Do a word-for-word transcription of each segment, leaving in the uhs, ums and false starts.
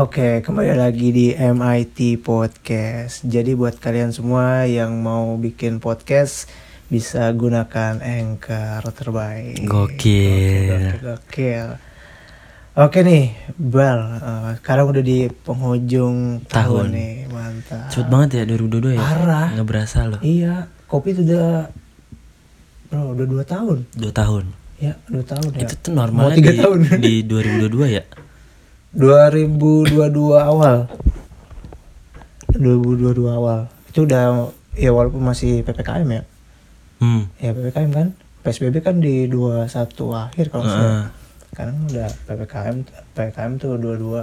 Oke, kembali lagi di M I T Podcast. Jadi buat kalian semua yang mau bikin podcast bisa gunakan Anchor terbaik. Gokil. Gokil, gokil, gokil. Oke nih, Bal. Uh, sekarang udah di penghujung tahun, Tahun. nih, mantap. Cepet banget ya dua ribu dua puluh dua ya. Parah. Nggak berasa loh. Iya, kopi itu udah, bro, udah dua tahun. Dua tahun. Ya, dua tahun ya. Itu tuh normalnya Mau tiga di, tahun. di dua ribu dua puluh dua ya. dua ribu dua puluh dua awal. dua ribu dua puluh dua awal. Itu udah ya walaupun masih P P K M ya. Hmm. Ya P P K M kan. P S B B kan di dua puluh satu akhir kalau nggak salah. Uh. Sekarang udah P P K M P P K M tuh dua puluh dua.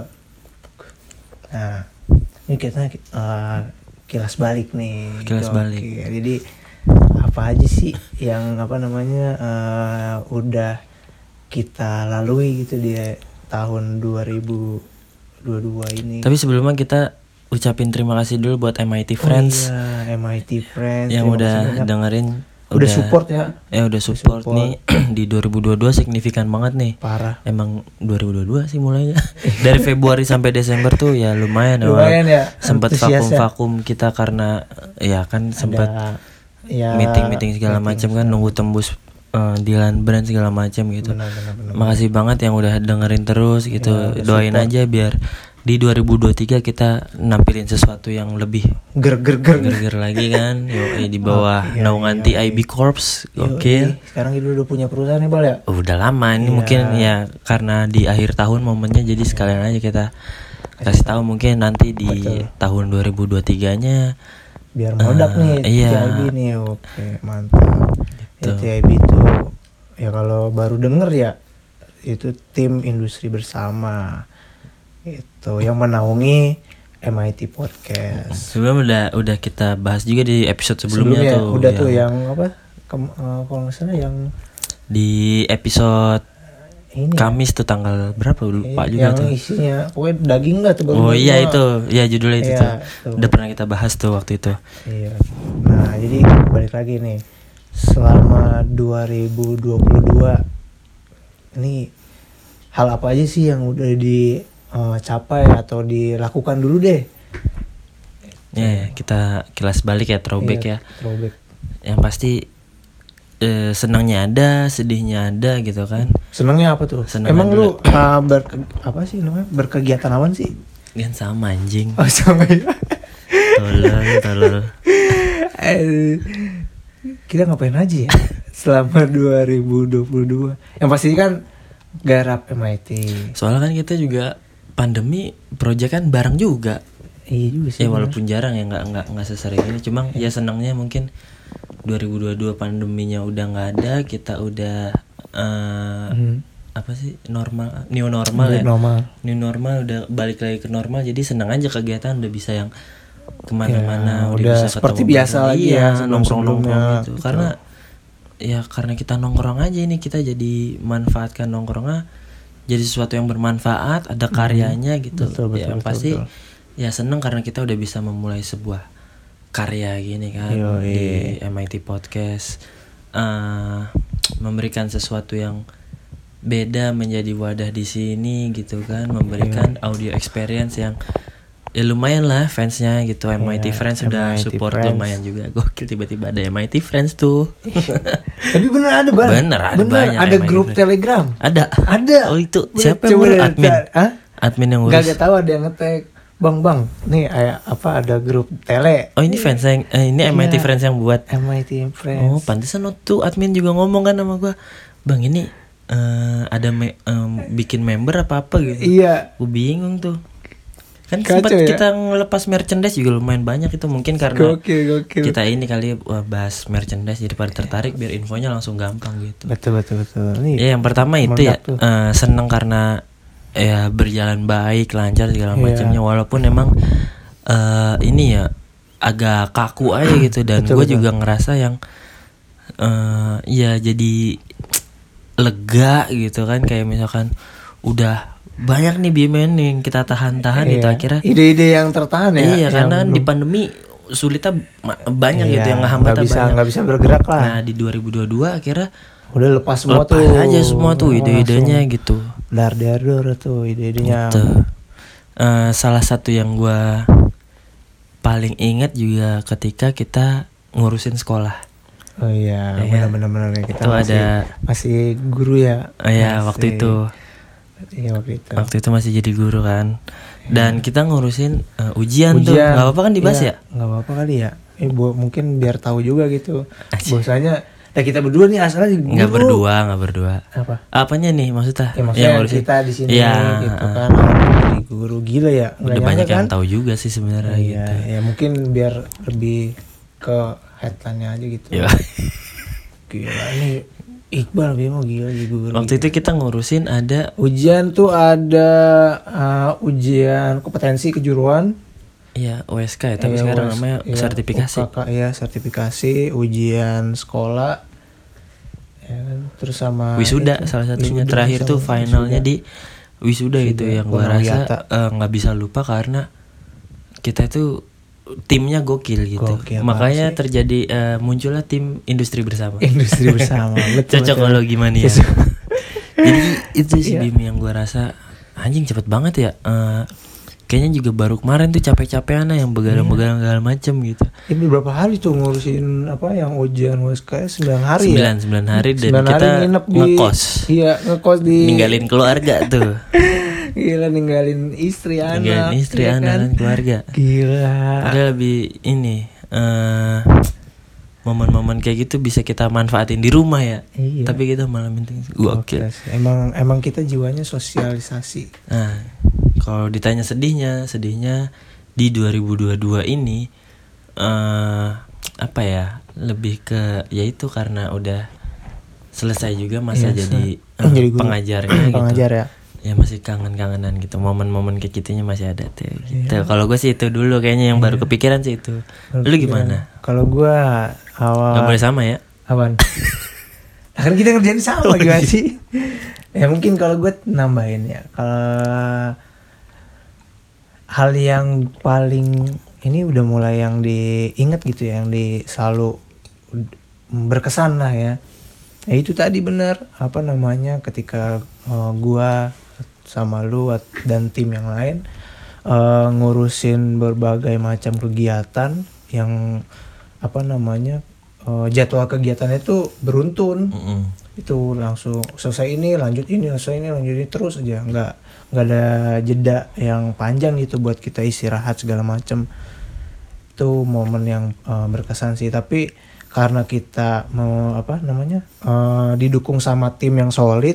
Nah, ini kita uh, kilas balik nih. Kilas Oke. balik. Jadi apa aja sih yang apa namanya uh, udah kita lalui gitu di tahun dua ribu dua puluh dua ini. Tapi sebelumnya kita ucapin terima kasih dulu buat M I T Friends. Oh iya, M I T Friends yang udah dengerin, udah, udah support ya. Ya udah support, support nih di dua ribu dua puluh dua signifikan banget nih. Parah. Emang dua ribu dua puluh dua sih mulainya. Dari Februari sampai Desember tuh ya lumayan. Lumayan ya. Sempat vakum-vakum kita karena ya kan sempat ya, meeting-meeting segala macam kan, nunggu tembus Uh, Dylan Brand segala macam gitu. Benar, benar, benar, Makasih banget yang udah dengerin terus gitu. Ya, doain support aja biar di dua ribu dua puluh tiga kita nampilin sesuatu yang lebih ger-ger-ger ger-ger lagi kan. Yo, di bawah oh, iya, naungan iya, iya. T I B Corps. Oke. Okay. Sekarang itu udah punya perusahaan ya, Bal ya? Udah lama ini ya. Mungkin ya karena di akhir tahun momennya jadi sekalian aja kita kasih tahu mungkin nanti di Betul. tahun dua ribu dua puluh tiga-nya biar meledak uh, nih iya. T I B nih. Oke, mantap. Ya, T I B itu ya kalau baru denger ya itu tim industri bersama itu yang menaungi M I T Podcast. Sebelum udah udah kita bahas juga di episode sebelumnya, sebelumnya tuh. Udah yang, tuh yang apa? Kem, uh, kalau nggak salah yang di episode ini Kamis tuh tanggal berapa lupa juga yang tuh. Yang isinya pokoknya daging nggak tuh. Oh iya itu, ya judulnya itu iya, tuh. tuh. Udah pernah kita bahas tuh waktu itu. Iya. Nah jadi balik lagi nih. Selama dua ribu dua puluh dua ini hal apa aja sih yang udah dicapai uh, atau dilakukan dulu deh? Ya, ya kita kilas balik ya, throwback iya, ya. Throwback. Yang pasti eh, senangnya ada, sedihnya ada gitu kan. Senangnya apa tuh? Senang Emang lu uh, ber apa sih namanya berkegiatan apa sih? Kan sama anjing. Oh sama ya. Tolol, tolol. Kita ngapain aja ya selama dua ribu dua puluh dua? Yang pasti kan garap M I T. Soalnya kan kita juga pandemi project kan bareng juga. Iya juga sih. Ya walaupun bener. Jarang ya, nggak nggak nggak sesering ini. Cuma ya senangnya mungkin dua ribu dua puluh dua pandeminya udah nggak ada, kita udah uh, hmm. apa sih normal, new normal new ya. Normal. New normal udah balik lagi ke normal. Jadi senang aja kegiatan udah bisa yang kemana-mana, ya, udah, udah seperti biasa lagi iya, ya nongkrong-nongkrong gitu. Karena ya karena kita nongkrong aja ini, kita jadi manfaatkan nongkrongnya jadi sesuatu yang bermanfaat, ada karyanya hmm. gitu. Betul, betul, ya betul, pasti betul. Ya seneng karena kita udah bisa memulai sebuah karya gini kan. Yoi. Di M I T Podcast, uh, memberikan sesuatu yang beda menjadi wadah di sini gitu kan, memberikan yeah. audio experience yang ya lumayan lah fansnya gitu. M I T yeah, Friends sudah support Friends. Lumayan juga. Gokil tiba-tiba ada M I T Friends tuh. Tapi bener ada bang. Bener ada bener, banyak. Ada grup Friends. Telegram. Ada. Ada. Oh itu siapa yang ngurus? Admin. Hah? Admin yang ngurus. Gak tahu ada yang nge-tag. Bang bang, nih ayah, apa ada grup tele. Oh ini fans yang eh, ini yeah. M I T Friends yang buat. M I T Friends. Oh pantesan tuh admin juga ngomong kan sama gua. Bang ini uh, ada me- um, bikin member apa apa gitu. Iya. Gua bingung tuh. Kan Kacau, sempat ya? Kita ngelepas merchandise juga lumayan banyak itu, mungkin karena gokil, gokil. Kita ini kali wah, bahas merchandise jadi pada tertarik biar infonya langsung gampang gitu. Betul betul betul. Nih, ya yang pertama itu ya uh, seneng karena ya berjalan baik, lancar segala yeah. macamnya, walaupun emang uh, ini ya agak kaku aja gitu, dan gue juga ngerasa yang uh, ya jadi lega gitu kan, kayak misalkan udah banyak nih B M N yang kita tahan-tahan iya. Itu akhirnya ide-ide yang tertahan ya. Iya karena belum... di pandemi sulitnya banyak iya, gitu yang ngehambat banyak. Bisa nggak bisa bergerak lah. Nah di dua ribu dua puluh dua akhirnya udah lepas semua lepas tuh aja semua tuh ide-idenya gitu. Dar dar dar tuh ide-idenya. Gitu. uh, salah satu yang gue paling ingat juga ketika kita ngurusin sekolah. Oh iya, ya, benar-benar ya, kita itu masih, ada masih guru ya. Oh iya, waktu itu. Iya waktu itu. Waktu itu masih jadi guru kan. Dan ya. Kita ngurusin uh, ujian, ujian tuh. Gak apa-apa kan dibahas ya? ya? Gak apa-apa kali ya. Eh, bu, mungkin biar tahu juga gitu. Bahwasanya nah kita berdua nih asalnya guru. Gak berdua, gak berdua. Apa? Apanya nih maksudnya? Ya, maksudnya yang kita di sini ya, gitu kan. Jadi guru gila ya. Udah banyak kan? Yang tahu juga sih sebenarnya iya, gitu. Ya mungkin biar lebih ke headline-nya aja gitu. Ya. Gila nih Iqbal Bimo gila guru. Waktu itu kita ngurusin ada ujian tuh ada uh, ujian kompetensi kejuruan. Iya, O S K ya, tapi ya, sekarang O S, namanya ya, sertifikasi. O K K ya, sertifikasi, ujian sekolah. Ya, terus sama wisuda itu, salah satunya wisuda, terakhir tuh finalnya wisuda. Di wisuda, wisuda itu yang gua rasa nggak uh, bisa lupa karena kita itu timnya gokil gitu. Gokil makanya terjadi uh, munculnya tim industri bersama. Industri bersama. Betul. Cocok kalau gimana ya. Jadi itu si yeah. Bim yang gue rasa anjing cepet banget ya. Uh, kayaknya juga baru kemarin tuh capek-capekan yang begadang-begadang segala macem gitu. Ini berapa hari tuh ngurusin apa yang ujian U S K sembilan hari sembilan, ya? sembilan hari dan sembilan kita hari nginep di, ngekos. Iya, ngekos di ninggalin keluarga tuh. Gila ninggalin istri anak. Ninggalin istri ya anak kan? Dan keluarga. Gila. Padahal lebih ini uh, momen-momen kayak gitu bisa kita manfaatin di rumah ya. Iya. Tapi kita malah minta gokil. Emang emang kita jiwanya sosialisasi. Nah, kalau ditanya sedihnya, sedihnya di dua ribu dua puluh dua ini uh, apa ya? Lebih ke yaitu karena udah selesai juga masa iya, jadi, uh, jadi pengajarnya gitu. Pengajar ya. Ya masih kangen-kangenan gitu, momen-momen kayak gitunya masih ada tuh gitu. Iya. Kalau gue sih itu dulu kayaknya yang iya. baru kepikiran sih itu. Baru lu gimana? Kalau gue awal. Gak boleh sama ya? Apaan? Nah, kan kita ngerjain sama gimana sih? Ya mungkin kalau gue nambahin ya. Kalau hal yang paling ini udah mulai yang diingat gitu ya, yang di selalu berkesan lah ya. Ya itu tadi benar apa namanya ketika uh, gue sama lu dan tim yang lain uh, ngurusin berbagai macam kegiatan yang apa namanya uh, jadwal kegiatannya itu beruntun. Mm-hmm. Itu langsung selesai ini lanjut ini selesai ini lanjut ini terus aja, nggak nggak ada jeda yang panjang gitu buat kita istirahat segala macam. Itu momen yang uh, berkesan sih. Tapi karena kita mau apa namanya uh, didukung sama tim yang solid.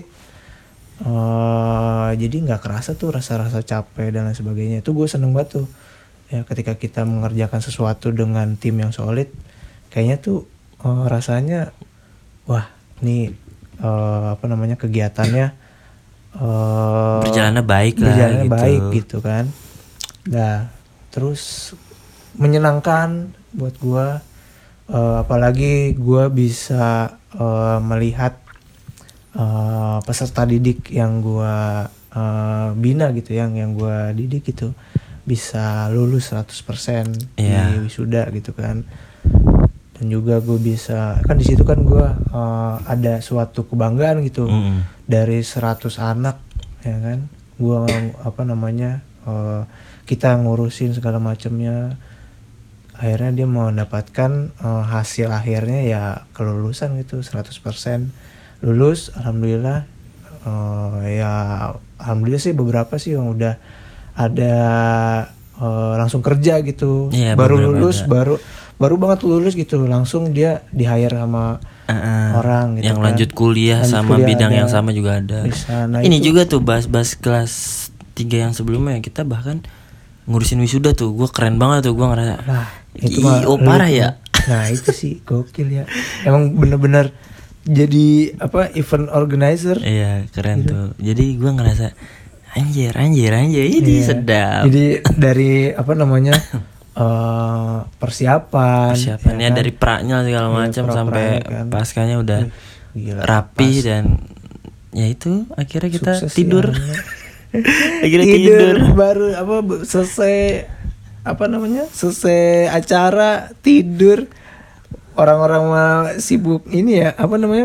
Uh, jadi nggak kerasa tuh rasa-rasa capek dan lain sebagainya. Itu gue seneng banget tuh ya ketika kita mengerjakan sesuatu dengan tim yang solid, kayaknya tuh uh, rasanya wah nih uh, apa namanya kegiatannya uh, berjalannya baik lah berjalannya gitu. baik gitu kan. Nah terus menyenangkan buat gue, uh, apalagi gue bisa uh, melihat Uh, peserta didik yang gue uh, bina gitu, yang yang gue didik gitu bisa lulus seratus persen yeah. di wisuda gitu kan. Dan juga gue bisa kan di situ kan gue uh, ada suatu kebanggaan gitu mm. dari seratus anak ya kan. Gue apa namanya uh, kita ngurusin segala macamnya, akhirnya dia mau mendapatkan uh, hasil akhirnya ya kelulusan gitu seratus persen. Lulus alhamdulillah. uh, ya alhamdulillah sih beberapa sih yang udah ada uh, langsung kerja gitu. Ya, baru lulus ada. baru baru banget lulus gitu langsung dia di hire sama uh-uh, orang gitu yang kan. lanjut kuliah lanjut sama kuliah bidang ada, yang sama juga ada. Nah, ini itu. juga tuh bahas-bahas kelas tiga yang sebelumnya kita bahkan ngurusin wisuda tuh gue keren banget tuh gue ngerasa nah, itu mah, oh parah ya. Nah itu sih gokil ya, emang bener-bener jadi apa event organizer. Iya keren gitu. Tuh. Jadi gue ngerasa anjir anjir anjir ini iya. sedap. Jadi dari apa namanya uh, persiapan. Persiapannya ya kan? Dari praknya segala macam iya, sampai kan. Paskanya udah gila, rapi pas. Dan ya itu akhirnya kita sukses tidur. Ya, akhirnya tidur, tidur baru apa selesai apa namanya selesai acara tidur. Orang-orang mah sibuk ini ya apa namanya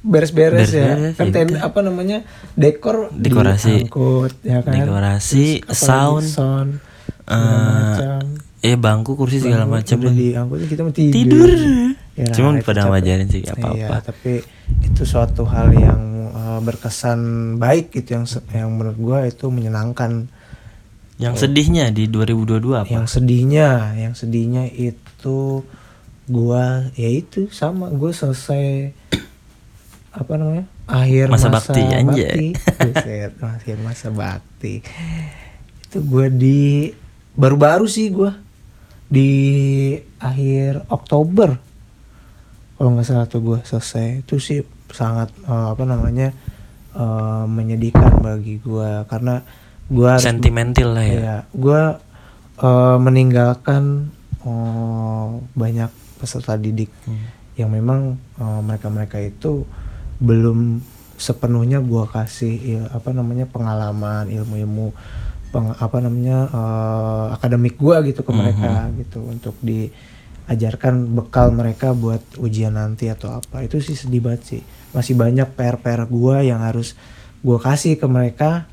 beres-beres, Beres-beres, ya. Kan ya ten, udah. apa namanya? Dekor Dekorasi. diangkut, ya kan. Dekorasi, Terus apalagi sound, sound segala eh, macam. eh bangku, kursi segala Bangku macam. udah diangkut, kita mau tidur. Tidur. Ya, Cuman itu pada capek. ngajarin sih gak apa-apa. Iya, tapi itu suatu hal yang uh, berkesan baik gitu, yang se- yang menurut gua itu menyenangkan. Yang sedihnya di dua ribu dua puluh dua apa? Yang sedihnya, yang sedihnya itu gua ya itu sama, gua selesai apa namanya? Akhir Masa masa, bakti, anjay. Buset, akhir masa bakti. Itu gua di baru-baru sih gua di akhir Oktober. Kalau nggak salah tuh gue selesai. Itu sih sangat uh, apa namanya uh, menyedihkan bagi gue, karena gue Sentimental lah ya. ya gue uh, meninggalkan uh, banyak peserta didik Hmm. yang memang uh, mereka-mereka itu belum sepenuhnya gue kasih il, apa namanya pengalaman, ilmu-ilmu peng, apa namanya uh, akademik gue gitu ke mereka Mhm. gitu, untuk diajarkan bekal mereka buat ujian nanti atau apa. Itu sih sedih banget sih, masih banyak P R-P R gue yang harus gue kasih ke mereka.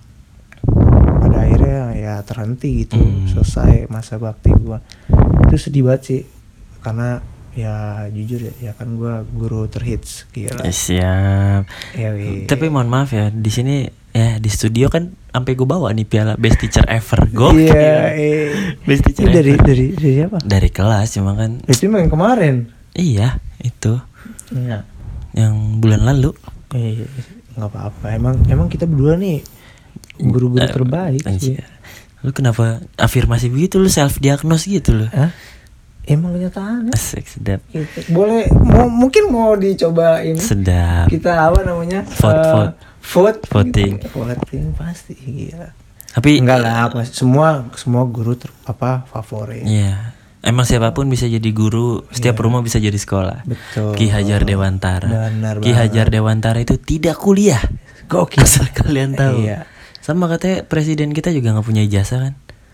Pada akhirnya ya terhenti gitu, Hmm. selesai masa bakti gue. Itu sedih banget sih, karena ya jujur ya, ya kan gue guru terhits gila. Eh, siap. Ya, wi. Tapi mohon maaf ya, di sini ya di studio kan sampai gue bawa nih piala best teacher ever. Gokil. Iya, eh. Best teacher Ini dari ever. dari dari siapa? Dari kelas cuma kan. Itu yang kemarin. Iya, itu Iya. yang bulan lalu. Eh, nggak apa-apa. Emang emang kita berdua nih guru-guru Eh, terbaik sih. anjir. Lu kenapa afirmasi begitu, lu self diagnose gitu lu? Hah? Emang kenyataan. Asik, sedap. Gitu. Boleh, mau mungkin mau dicobain. Sedap. Kita apa namanya? Vote, Eh, vote. vote. Voting. Gitu. Voting pasti gila. Tapi Enggak lah, apa, semua semua guru ter, apa favorit. iya. Emang siapapun bisa jadi guru, setiap rumah bisa jadi sekolah. Betul. Ki Hajar Dewantara. Benar Ki banget. Hajar Dewantara itu tidak kuliah. Gokil. Asal kalian tahu. Iya. Sama katanya presiden kita juga nggak punya ijazah kan?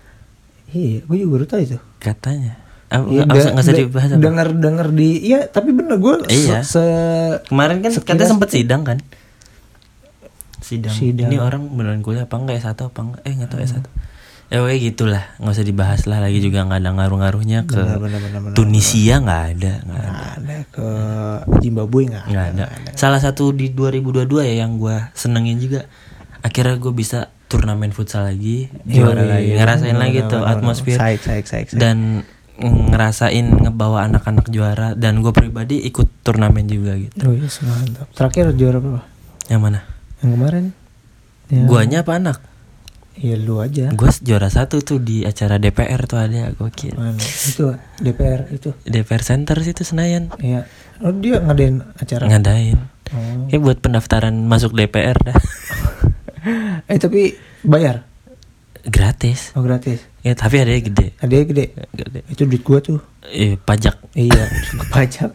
Iya, gue juga baru tahu itu. Katanya. Ah, Iya, nggak usah da- nggak usah da- dibahas apa? Dengar dengar di, iya tapi bener gue Iya. se, se- Kemarin kan sekilas- katanya sempet sidang kan? Sidang. Sidang. Ini orang beneran kuliah apa enggak S satu apa enggak? Eh nggak tahu S satu. Ya weh gitulah, nggak usah dibahas lah, lagi juga nggak ada ngaruh-ngaruhnya ke Benar, benar, benar, benar, Tunisia, nggak ada, nggak ada. Nggak ada ke Zimbabwe nggak Nggak ada. Salah satu di dua ribu dua puluh dua ya yang gue senengin juga, akhirnya gue bisa turnamen futsal lagi, juara Yoi, lagi, ngerasain benar, lagi benar, tuh benar, atmosfer, saik, saik, saik, saik. dan ngerasain ngebawa anak-anak juara, dan gue pribadi ikut turnamen juga gitu. Oh iya, mantap. Terakhir juara berapa? Yang mana? Yang kemarin? Yang- Guanya apa anak? Iya lu aja. Gue juara satu tuh di acara D P R tuh, ada gokil. Mana? Itu D P R itu. D P R Center sih tuh Senayan. Iya. Oh dia ngadain acara. Ngadain. Oh. Kayak buat pendaftaran masuk D P R dah. Eh tapi bayar? Gratis. Oh gratis. Ya tapi ada yang gede. Hadiahnya gede. Gede. Itu duit gua tuh. Eh, pajak. Iya, pajak.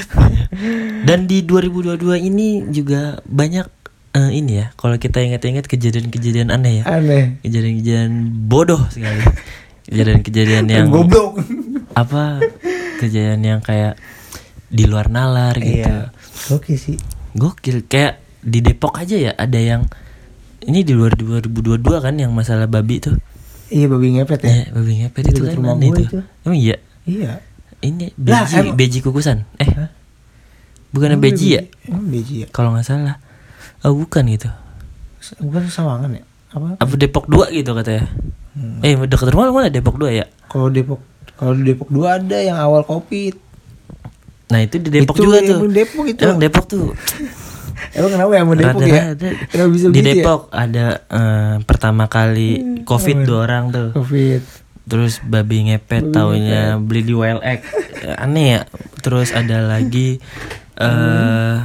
Dan di dua ribu dua puluh dua ini juga banyak eh, ini ya, kalau kita ingat-ingat kejadian-kejadian aneh ya. Aneh. Kejadian-kejadian bodoh sekali. Kejadian-kejadian yang goblok. apa? Kejadian yang kayak di luar nalar gitu. Iya. Oke sih. Gokil, kayak di Depok aja ya ada yang ini di luar dua ribu dua puluh dua kan, yang masalah babi tuh. Iya babi ngepet ya. Ya, babi ngepet Itu itu dekat kan rumah mana gua itu? itu. Emang iya. Iya. Ini Lah, beji, emang- beji kukusan. Eh, Hah? bukannya Emang beji ya? Emang beji ya. Kalau nggak salah. Oh, bukan gitu. Bukan Sawangan ya? Apa? Apa Depok dua gitu katanya. Hmm. Eh, dekat rumah lu mana Depok dua ya? Kalau Depok, kalau di Depok dua ada yang awal Covid. Nah, itu di Depok Itu juga yang tuh. Depok itu. Emang Depok tuh. Emang kenapa ya mau Depok ya? Rada-rada. Kenapa bisa Di begitu ya? Depok ada eh, pertama kali Covid Aman. dua orang tuh. Covid. Terus babi ngepet Babi taunya beli di W L X. Aneh ya. Terus ada lagi eh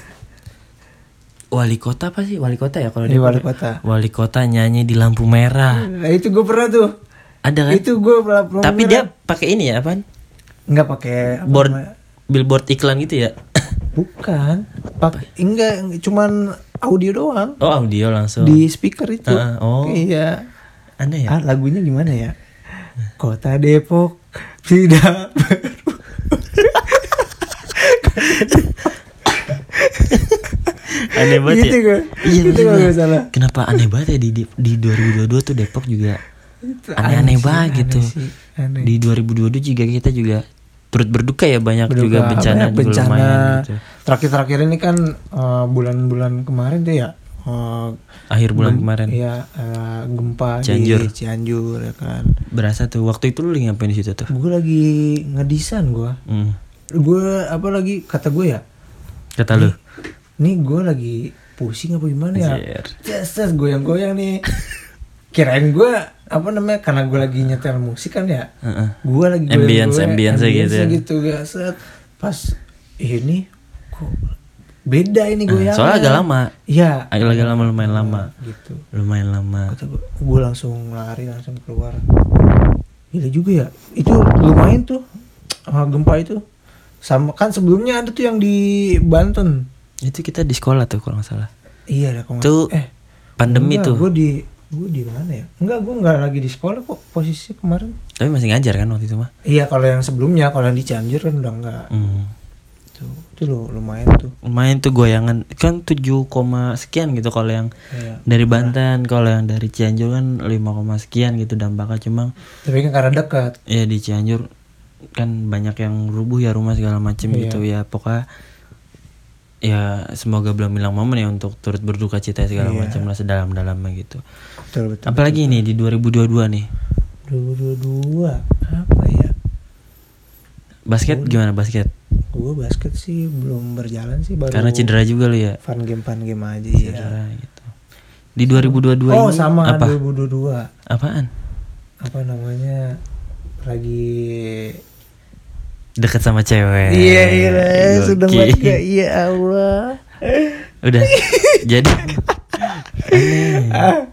wali kota apa sih? Wali kota ya kalau Di di wali kota. Wali kota nyanyi di lampu merah. Nah, itu gue pernah tuh. Ada kan? Itu gue pernah. pernah Tapi pernah. dia pakai ini ya, apaan? nggak pakai apa Board namanya? billboard iklan gitu ya. Bukan. Pakai enggak, cuman audio doang. Oh, audio langsung. Di speaker itu. Ah, oh. Iya. Aneh ya. Ah, lagunya gimana ya? Kota Depok tidak ber- Aneh banget gitu ya. Gue. Iya gitu bener. Gak salah. Kenapa aneh banget ya di di, di dua ribu dua puluh dua tuh Depok juga aneh-aneh banget gitu. Aneh. Di dua ribu dua puluh dua juga kita juga turut berduka ya, banyak Berduka, juga bencana banyak juga bencana. lumayan gitu. Terakhir-terakhir ini kan uh, bulan-bulan kemarin tuh ya. Uh, Akhir bulan gem- kemarin. Iya, uh, gempa Cianjur. di Cianjur ya kan. Berasa tuh waktu itu lu lagi ngapain di situ tuh? Gue lagi ngedisan gue. Hmm. Gue apa lagi kata gue ya? Kata lu. Nih gue lagi pusing apa gimana ya? Just goyang-goyang nih. Kirain gue apa namanya, karena gue lagi nyetel musik kan ya. Uh-uh. Gue lagi ambience goyang-goyang, ambience gitu ya. gitu ya. Set. Pas ini kok beda ini goyangnya. Soalnya agak lama. Iya. Agak lama lumayan lama. Gitu. Lumayan lama. Kata gue, gue langsung lari langsung keluar. Gila juga ya. Itu lumayan tuh uh, gempa itu. Sama kan sebelumnya ada tuh yang di Banten. Itu kita di sekolah tuh kalau nggak salah. Iya, kok tuh eh pandemi enggak, tuh. Gue di gue di mana ya? Enggak, gue enggak lagi di sekolah kok posisi kemarin. Tapi masih ngajar kan waktu itu mah? Iya, kalau yang sebelumnya, kalau yang di Cianjur kan udah enggak. Hmm. Tuh, itu loh lumayan tuh. Lumayan tuh goyangan kan tujuh, sekian gitu kalau yang Iya. dari Banten, kalau yang dari Cianjur kan lima, sekian gitu dampaknya. Cuma Tapi kan karena dekat. ya di Cianjur kan banyak yang rubuh ya rumah segala macem Iya. gitu ya, pokoknya ya semoga belum hilang momen ya untuk turut berduka cita segala Iya. macam lah sedalam-dalamnya gitu. Betul, betul. Apalagi nih di dua ribu dua puluh dua nih. dua ribu dua puluh dua apa ya? Basket Udah. gimana basket? Gue basket sih belum berjalan sih, baru Karena cedera juga lu ya. fun game fun game aja Cedera ya. gitu. Di dua ribu dua puluh dua Oh, ini sama apa? dua ribu dua puluh dua. Apaan? Apa namanya? Lagi Deket sama cewek. Iya, iya, sudah Gokil. banget gak? Iya Allah. Udah. Jadi aneh.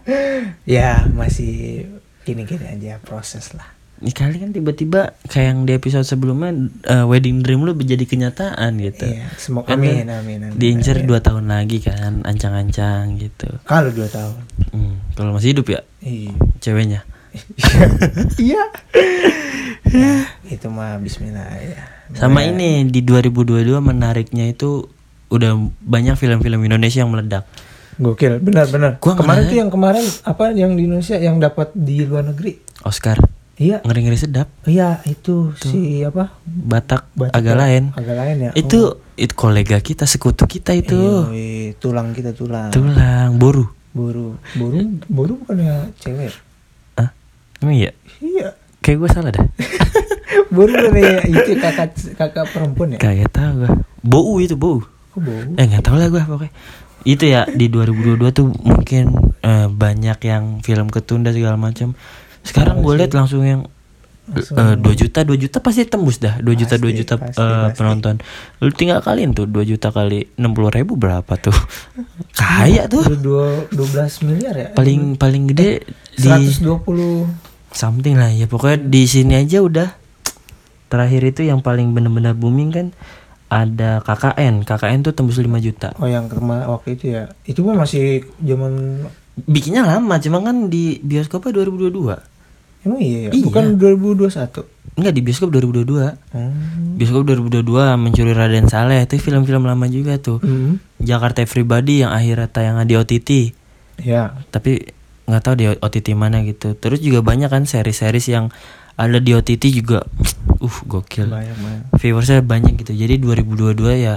Ya masih gini-gini aja proses lah. Ini kali kan tiba-tiba kayak yang di episode sebelumnya uh, wedding dream lu menjadi kenyataan gitu. Iya, semoga Kan amin, amin, amin. diincar amin. dua tahun lagi kan, ancang-ancang gitu. Kalau dua tahun. Hmm, kalau masih hidup ya Iya. ceweknya. Iya. Ya, itu mah bismillah ya. Sama Nah, ini di dua ribu dua puluh dua menariknya itu udah banyak film-film Indonesia yang meledak. Gokil, benar-benar. Gua Kemarin ngeliat- tuh yang kemarin apa yang di Indonesia yang dapat di luar negeri? Oscar. Iya. Ngeri-ngeri sedap. Iya, itu si apa? Batak, Batak agak ya? lain. Agak lain ya. Itu itu kolega kita, sekutu kita itu. Iya, iya, tulang kita tulang. Tulang boru. Boru, boru, boru bukannya cewek? Hah? Emang iya? Iya. Kayak gue salah dah. Boru bukannya itu kakak kakak perempuan ya? Kagak tahu gue. Bou itu bou. Kok boru? Eh nggak tahu lah gue pokoknya. Itu ya di dua ribu dua puluh dua tuh mungkin eh, banyak yang film ketunda segala macam. Sekarang gue lihat langsung yang Langsung. eh, dua juta dua juta pasti tembus dah. dua juta dua Pasti, juta pasti, eh, pasti. penonton. Lu tinggal kaliin tuh dua juta kali enam puluh ribu berapa tuh? Kaya tuh. Udah dua dua belas miliar ya? Paling paling gede di seratus dua puluh. something lah ya, pokoknya di sini aja udah. Terakhir itu yang paling benar-benar booming kan ada K K N. K K N tuh tembus lima juta. Oh, yang kemarin waktu itu ya. Itu pun masih zaman. Bikinnya lama, cuma kan di bioskopnya dua ribu dua puluh dua. Emang iya ya? Iya. Bukan dua ribu dua puluh satu. Enggak, di bioskop dua ribu dua puluh dua. Hmm. Bioskop dua ribu dua puluh dua Mencuri Raden Saleh itu film-film lama juga tuh. Hmm. Jakarta Everybody yang akhirnya tayangan di O T T. Ya. Tapi nggak tahu di O T T mana gitu. Terus juga banyak kan seri-series yang ada di O T T juga. Uh, gokil. Banyak banyak. Viewersnya banyak gitu. Jadi dua ribu dua puluh dua ya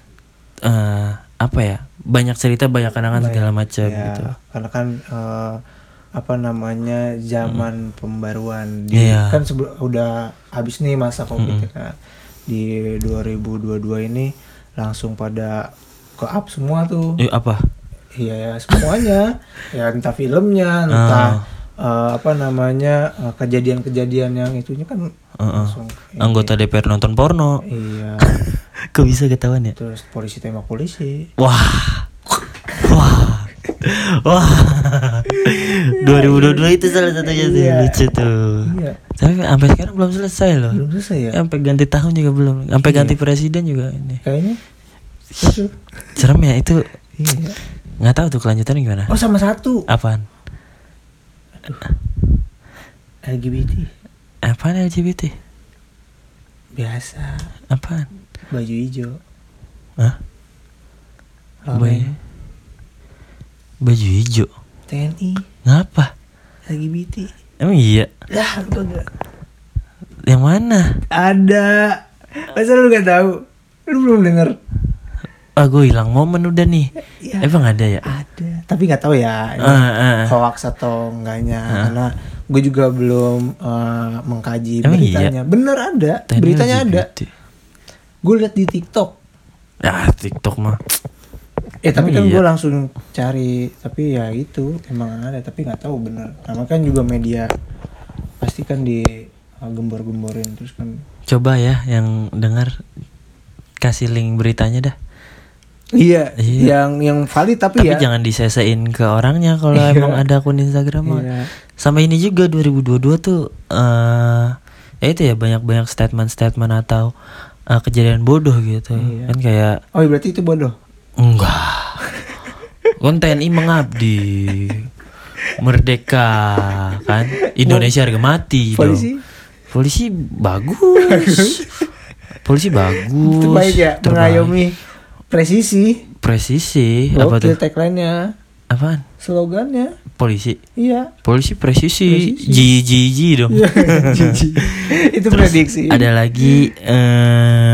eh apa ya? Banyak cerita, banyak kenangan Banyak. segala macam Ya, gitu. karena kan eh, apa namanya zaman pembaruan di, Iya. kan sebelum udah habis nih masa covid Mm-mm. kan di dua ribu dua puluh dua ini langsung pada ke up semua tuh. Eh, apa? Iya ya semuanya ya entah filmnya entah eh, apa namanya eh, kejadian-kejadian yang itunya kan Uh-uh. langsung ini. Anggota D P R nonton porno. Iya. Kok bisa ketahuan ya? Terus polisi tembak polisi. Wah. Wah. Wah. dua ribu dua puluh dua itu salah satunya tuh Iya. lucu tuh. Iya. Tapi sampai sekarang belum selesai loh. Belum selesai ya? Sampai ganti tahun juga belum. Sampai Iya. ganti presiden juga ini. Kayaknya itu. Serem ya itu. Iya. Nggak tahu tuh kelanjutannya gimana. Oh sama satu. Apaan? L G B T. Apaan L G B T? Biasa. Apaan? Baju hijau. Hah? Rame. Boy. Baju hijau. T N I. Ngapa? L G B T. Emang iya? Ya, lu enggak. Yang mana? Ada. Masa lu gak tahu? Lu belum denger? Ah, gue hilang momen udah nih. Ya, Emang ada ya? ada. Tapi nggak tahu ya. Ini Uh, uh. hoax atau enggaknya. Uh. Karena gue juga belum uh, mengkaji Emang beritanya. iya? Bener ada. T N I Beritanya L G B T. ada. Gue liat di TikTok. Ya TikTok mah. Eh tapi kan Iya. gue langsung cari. Tapi ya itu emang ada. Tapi nggak tahu bener. Karena kan juga media pasti kan di uh, gembor-gemborin terus kan. Coba ya yang dengar kasih link beritanya dah. Iya, Iya. yang yang valid tapi, Tapi ya. jangan disesein ke orangnya kalau Iya. emang ada akun Instagram mah. Iya. Sama ini juga dua ribu dua puluh dua tuh eh ya itu ya banyak-banyak statement-statement atau eh, kejadian bodoh gitu. Iya. Kan kayak Oh berarti itu bodoh. enggak. Kan T N I mengabdi. Merdeka kan. Indonesia harga mati Polisi? dong. Polisi bagus. Polisi bagus. Terbaik ya, terbaik. mengayomi presisi. Presisi apa Gokil tuh? tagline-nya, Apaan? slogannya. Polisi. Iya. Polisi presisi. Presisi. G G G dong. Jijik. Itu prediksi. Ada lagi eh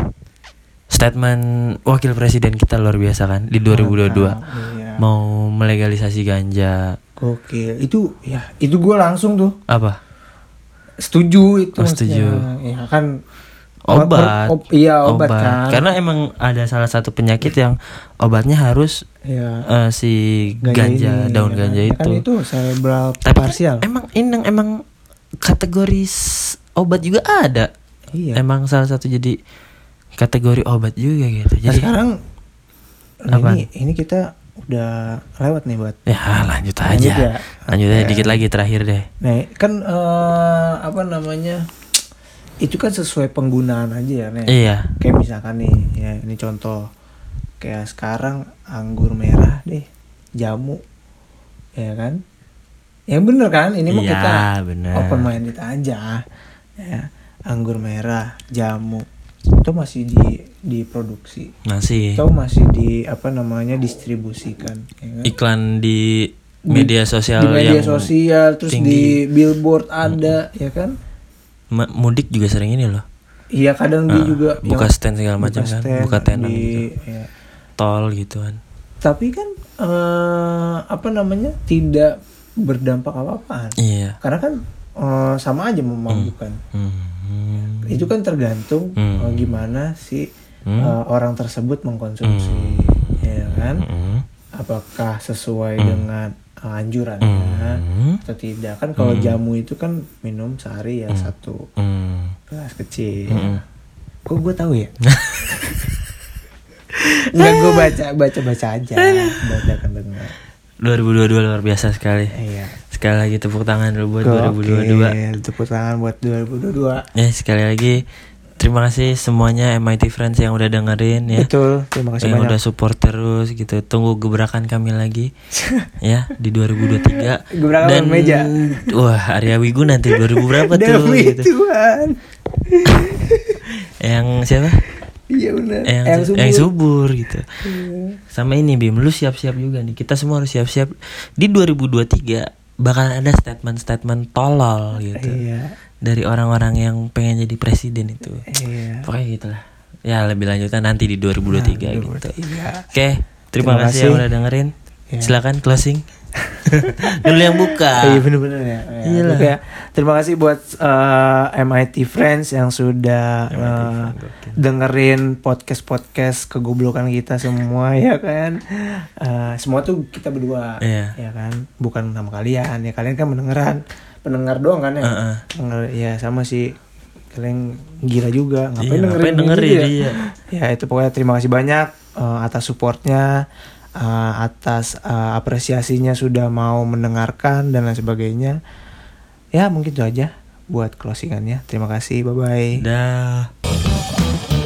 statement wakil presiden kita luar biasa kan di dua ribu dua puluh dua. Mantap, iya. Mau melegalisasi ganja. Gokil. Itu ya, itu gue langsung tuh Apa? setuju itu. Oh, setuju. maksudnya. Ya kan Obat. Op, iya obat, kan. Karena emang ada salah satu penyakit yang obatnya harus ya, eh, si ganja, ini, daun ya ganja kan. itu. Kan itu cerebral Tapi kan parsial. emang ini emang kategori s- obat juga ada. Iya. Emang salah satu jadi kategori obat juga gitu. Nah, Jadi sekarang nah, Apaan? ini ini kita udah lewat nih buat. ya lanjut aja. Lanjut ya. Lanjut aja Oke. dikit lagi terakhir deh. Nah, kan eh, apa namanya? Itu kan sesuai penggunaan aja ya, Nek. Iya. Kayak misalkan nih, ya ini contoh. Kayak sekarang anggur merah deh, jamu. Ya kan? Ya bener kan? Ini mah Iya, kita bener. open minded aja. Ya, anggur merah, jamu. Itu masih di diproduksi. Masih Atau masih di apa namanya distribusikan, ya kan? iklan di media sosial di media yang sosial terus di tinggi. billboard ada, ya kan? Ma- mudik juga sering ini loh. Iya kadang dia Ah, juga buka yang- stand segala macam buka kan, stand buka tenan di, gitu. ya. Tol gitu kan. Tapi kan eh, apa namanya tidak berdampak apa-apaan. Iya. Karena kan eh, sama aja memabukkan. Hmm. Itu kan tergantung Hmm. eh, gimana si Hmm. eh, orang tersebut mengkonsumsi, ya kan? Hmm. Apakah sesuai Hmm. dengan eh, anjurannya Hmm. atau tidak? Kan kalau Hmm. jamu itu kan minum sehari ya Hmm. satu Hmm. gelas kecil. Hmm. Kok gue tahu ya? Nggak, gue baca baca baca aja, baca kan dengar. dua ribu dua puluh dua luar biasa sekali. Iya. Sekali lagi tepuk tangan dulu buat dua ribu dua puluh dua. Oke, tepuk tangan buat dua ribu dua puluh dua. Ya sekali lagi terima kasih semuanya M I T Friends yang udah dengerin ya. Betul, terima kasih Yang banyak. udah support terus gitu. Tunggu gebrakan kami lagi ya di dua ribu dua puluh tiga. Gebrakan Dan meja. wah, Arya Wigu nanti dua ribu berapa tuh Demi gitu. Tuhan. Yang siapa? Iya benar. Yang, Yang su- subur. yang subur gitu. Iya. Sama ini Bim, lu siap-siap juga nih. Kita semua harus siap-siap di dua ribu dua puluh tiga bakalan ada statement-statement tolol gitu. Iya. Dari orang-orang yang pengen jadi presiden itu. Iya. Pokoknya gitulah. Ya lebih lanjutnya nanti di dua ribu dua puluh tiga Nah, gitu. dua ribu dua puluh tiga. Oke, terima, Terima kasih kasih. yang udah dengerin. Ya. Silakan closing. Dulu yang buka. Iya bener-bener ya. Ya, Iyalah. oke ya. Terima kasih buat eh, M I T Friends yang sudah M I T eh, Friends, oke. dengerin podcast-podcast kegoblokan kita semua ya kan. Eh, semua tuh kita berdua Iya. ya kan. Bukan nama kalian ya, kalian kan mendengaran pendengar doang kan ya. Heeh. Pendengar, ya sama sih kalian gila juga ngapain Iya, dengerin, ngapain ini dengerin gitu ya? dia. Ya itu pokoknya terima kasih banyak eh, atas supportnya, eh, atas eh, apresiasinya sudah mau mendengarkan dan lain sebagainya. Ya mungkin itu aja buat closingannya. Terima kasih, bye bye. Dah.